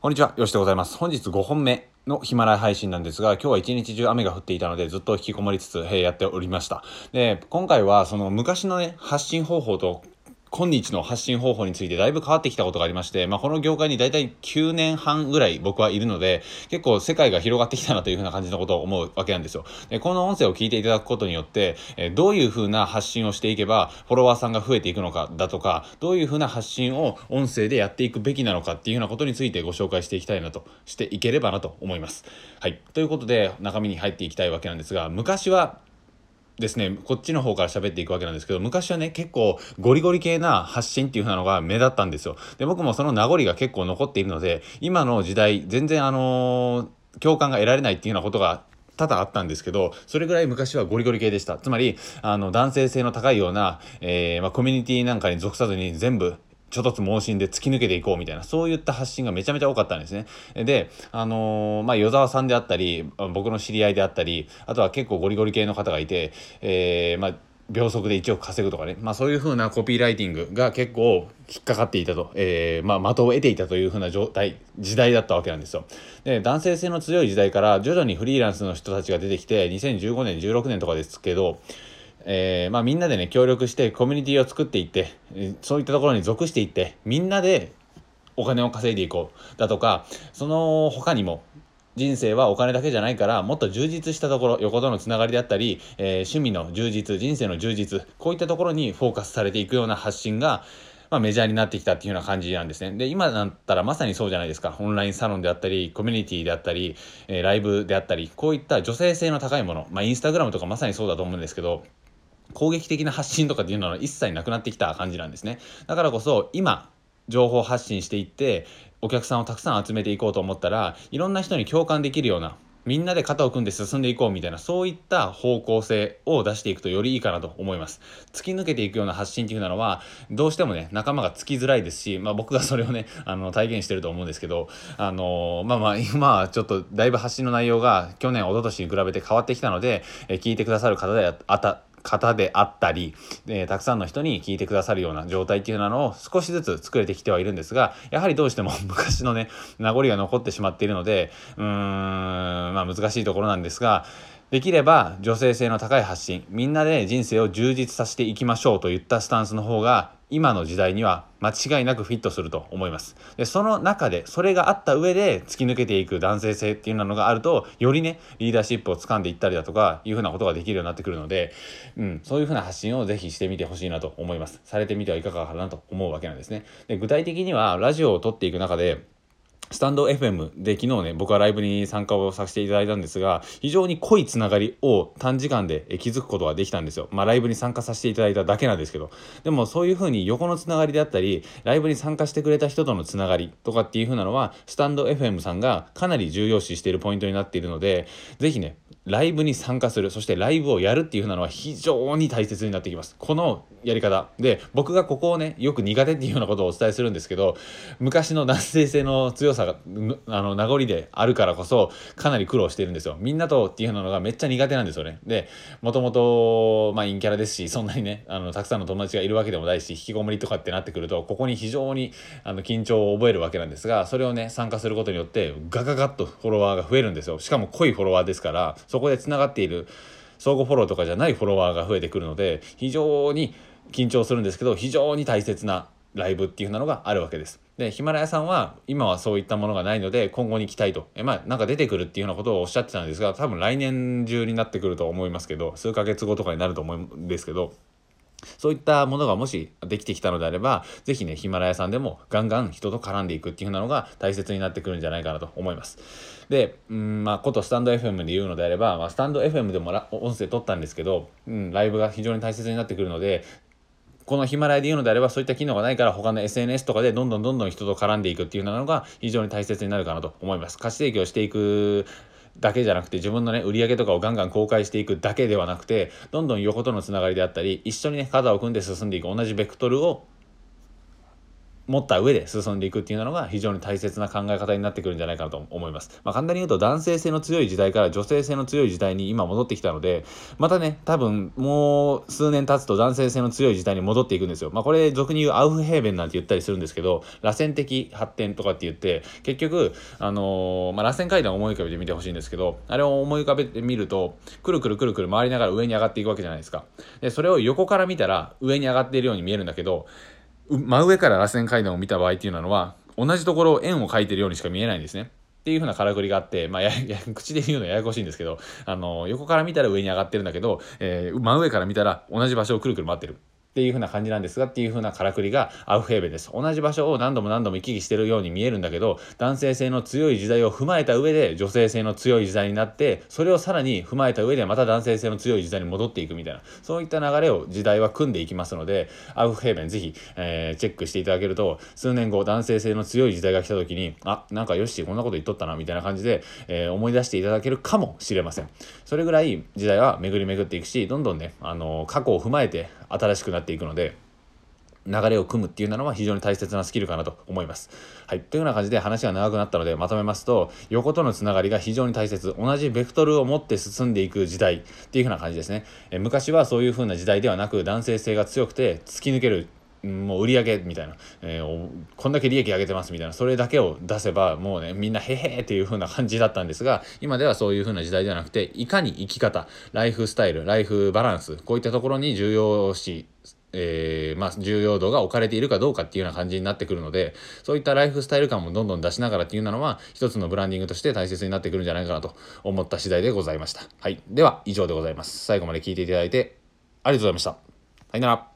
こんにちは、よしでございます。本日5本目のヒマラヤ配信なんですが、今日は一日中雨が降っていたのでずっと引きこもりつつ、やっておりました。で、今回はその昔のね、発信方法と今日の発信方法についてだいぶ変わってきたことがありまして、この業界にだいたい9年半ぐらい僕はいるので、結構世界が広がってきたなというふうな感じのことを思うわけなんですよ。で、この音声を聞いていただくことによって、どういうふうな発信をしていけばフォロワーさんが増えていくのかだとか、どういうふうな発信を音声でやっていくべきなのかっていうようなことについてご紹介していきたいなと、していければなと思います。はい。ということで、中身に入っていきたいわけなんですが、昔はですね、こっちの方から喋っていくわけなんですけど、昔はね、結構ゴリゴリ系な発信っていう風なのが目立ったんですよ。で、僕もその名残が結構残っているので、今の時代、全然共感が得られないっていうようなことが多々あったんですけど、それぐらい昔はゴリゴリ系でした。つまり、男性性の高いような、コミュニティなんかに属さずに全部、諸突猛進で突き抜けていこうみたいな、そういった発信がめちゃめちゃ多かったんですね。で、与沢さんであったり、僕の知り合いであったり、あとは結構ゴリゴリ系の方がいて、秒速で1億稼ぐとかね、そういう風なコピーライティングが結構引っかかっていたと、的を得ていたという風な時代だったわけなんですよ。で、男性性の強い時代から徐々にフリーランスの人たちが出てきて、2015年16年とかですけど、みんなでね協力してコミュニティを作っていって、そういったところに属していって、みんなでお金を稼いでいこうだとか、その他にも人生はお金だけじゃないから、もっと充実したところ、横とのつながりであったり、趣味の充実、人生の充実、こういったところにフォーカスされていくような発信が、メジャーになってきたっていうような感じなんですね。で、今だったらまさにそうじゃないですか。オンラインサロンであったり、コミュニティであったり、ライブであったり、こういった女性性の高いもの、インスタグラムとかまさにそうだと思うんですけど、攻撃的な発信とかっていうのは一切なくなってきた感じなんですね。だからこそ今情報発信していってお客さんをたくさん集めていこうと思ったら、いろんな人に共感できるような、みんなで肩を組んで進んでいこうみたいな、そういった方向性を出していくとよりいいかなと思います。突き抜けていくような発信っていうのはどうしてもね仲間がつきづらいですし、僕がそれをね体現してると思うんですけど、今はちょっとだいぶ発信の内容が去年一昨年に比べて変わってきたので、聞いてくださる方であったり、たくさんの人に聞いてくださるような状態っていうのを少しずつ作れてきてはいるんですが、やはりどうしても昔のね名残が残ってしまっているので、難しいところなんですが、できれば女性性の高い発信、みんなで人生を充実させていきましょうといったスタンスの方が今の時代には間違いなくフィットすると思います。で、その中でそれがあった上で突き抜けていく男性性っていうのがあると、よりねリーダーシップを掴んでいったりだとかいうふうなことができるようになってくるので、そういうふうな発信をぜひしてみてほしいなと思います。されてみてはいかがかなと思うわけなんですね。で、具体的にはラジオを撮っていく中で、スタンド FM で昨日ね僕はライブに参加をさせていただいたんですが、非常に濃いつながりを短時間で築くことができたんですよ。ライブに参加させていただいただけなんですけど、でもそういう風に横のつながりであったり、ライブに参加してくれた人とのつながりとかっていう風なのはスタンド FM さんがかなり重要視しているポイントになっているので、ぜひねライブに参加する、そしてライブをやるっていう風なのは非常に大切になってきます。このやり方で僕がここをねよく苦手っていうようなことをお伝えするんですけど、昔の男性性の強さが名残であるからこそかなり苦労しているんですよ。みんなとっていうのがめっちゃ苦手なんですよね。で、もともと陰キャラですし、そんなにねたくさんの友達がいるわけでもないし、引きこもりとかってなってくるとここに非常に緊張を覚えるわけなんですが、それをね参加することによってガガガッとフォロワーが増えるんですよ。しかも濃いフォロワーですから、そこでつながっている相互フォローとかじゃないフォロワーが増えてくるので、非常に緊張するんですけど、非常に大切なライブっていうのがあるわけです。で、ヒマラヤさんは今はそういったものがないので今後に期待と、なんか出てくるっていうようなことをおっしゃってたんですが、多分来年中になってくると思いますけど、数ヶ月後とかになると思うんですけど、そういったものがもしできてきたのであれば、ぜひねヒマラヤさんでもガンガン人と絡んでいくっていうのが大切になってくるんじゃないかなと思います。で、ことスタンド FM で言うのであれば、スタンド FM でも音声取ったんですけど、ライブが非常に大切になってくるので、このヒマラヤで言うのであればそういった機能がないから他の SNS とかでどんどん人と絡んでいくっていうのが非常に大切になるかなと思います。価値提供していくだけじゃなくて、自分のね売り上げとかをガンガン公開していくだけではなくて、どんどん横とのつながりであったり、一緒にね肩を組んで進んでいく同じベクトルを持った上で進んでいくっていうのが非常に大切な考え方になってくるんじゃないかなと思います。簡単に言うと男性性の強い時代から女性性の強い時代に今戻ってきたので、またね多分もう数年経つと男性性の強い時代に戻っていくんですよ。これ俗に言うアウフヘーベンなんて言ったりするんですけど、螺旋的発展とかって言って結局螺旋階段を思い浮かべてみてほしいんですけど、あれを思い浮かべてみるとくるくるくるくる回りながら上に上がっていくわけじゃないですか。でそれを横から見たら上に上がっているように見えるんだけど、真上から螺旋階段を見た場合っていうのは同じところを円を描いてるようにしか見えないんですねっていう風なからくりがあって、口で言うのはややこしいんですけど、横から見たら上に上がってるんだけど、真上から見たら同じ場所をくるくる回ってるっていう風な感じなんですがっていう風なからくりがアウフヘーベンです。同じ場所を何度も何度も行き来してるように見えるんだけど、男性性の強い時代を踏まえた上で女性性の強い時代になって、それをさらに踏まえた上でまた男性性の強い時代に戻っていくみたいな、そういった流れを時代は組んでいきますので、アウフヘーベンぜひ、チェックしていただけると、数年後男性性の強い時代が来た時になんかよしこんなこと言っとったなみたいな感じで、思い出していただけるかもしれません。それぐらい時代は巡り巡っていくし、どんどんね過去を踏まえて新しくなっていくので、流れを組むっていうのは非常に大切なスキルかなと思います。はい。というような感じで話が長くなったのでまとめますと、横とのつながりが非常に大切。同じベクトルを持って進んでいく時代っていう風な感じですね。昔はそういう風な時代ではなく、男性性が強くて突き抜ける。もう売り上げみたいな、こんだけ利益上げてますみたいな、それだけを出せばもうねみんなへへーっていう風な感じだったんですが、今ではそういう風な時代ではなくて、いかに生き方、ライフスタイル、ライフバランス、こういったところに重要視重要度が置かれているかどうかっていうような感じになってくるので、そういったライフスタイル感もどんどん出しながらっていうのは一つのブランディングとして大切になってくるんじゃないかなと思った次第でございました。はい。では以上でございます。最後まで聞いていただいてありがとうございました。さよなら。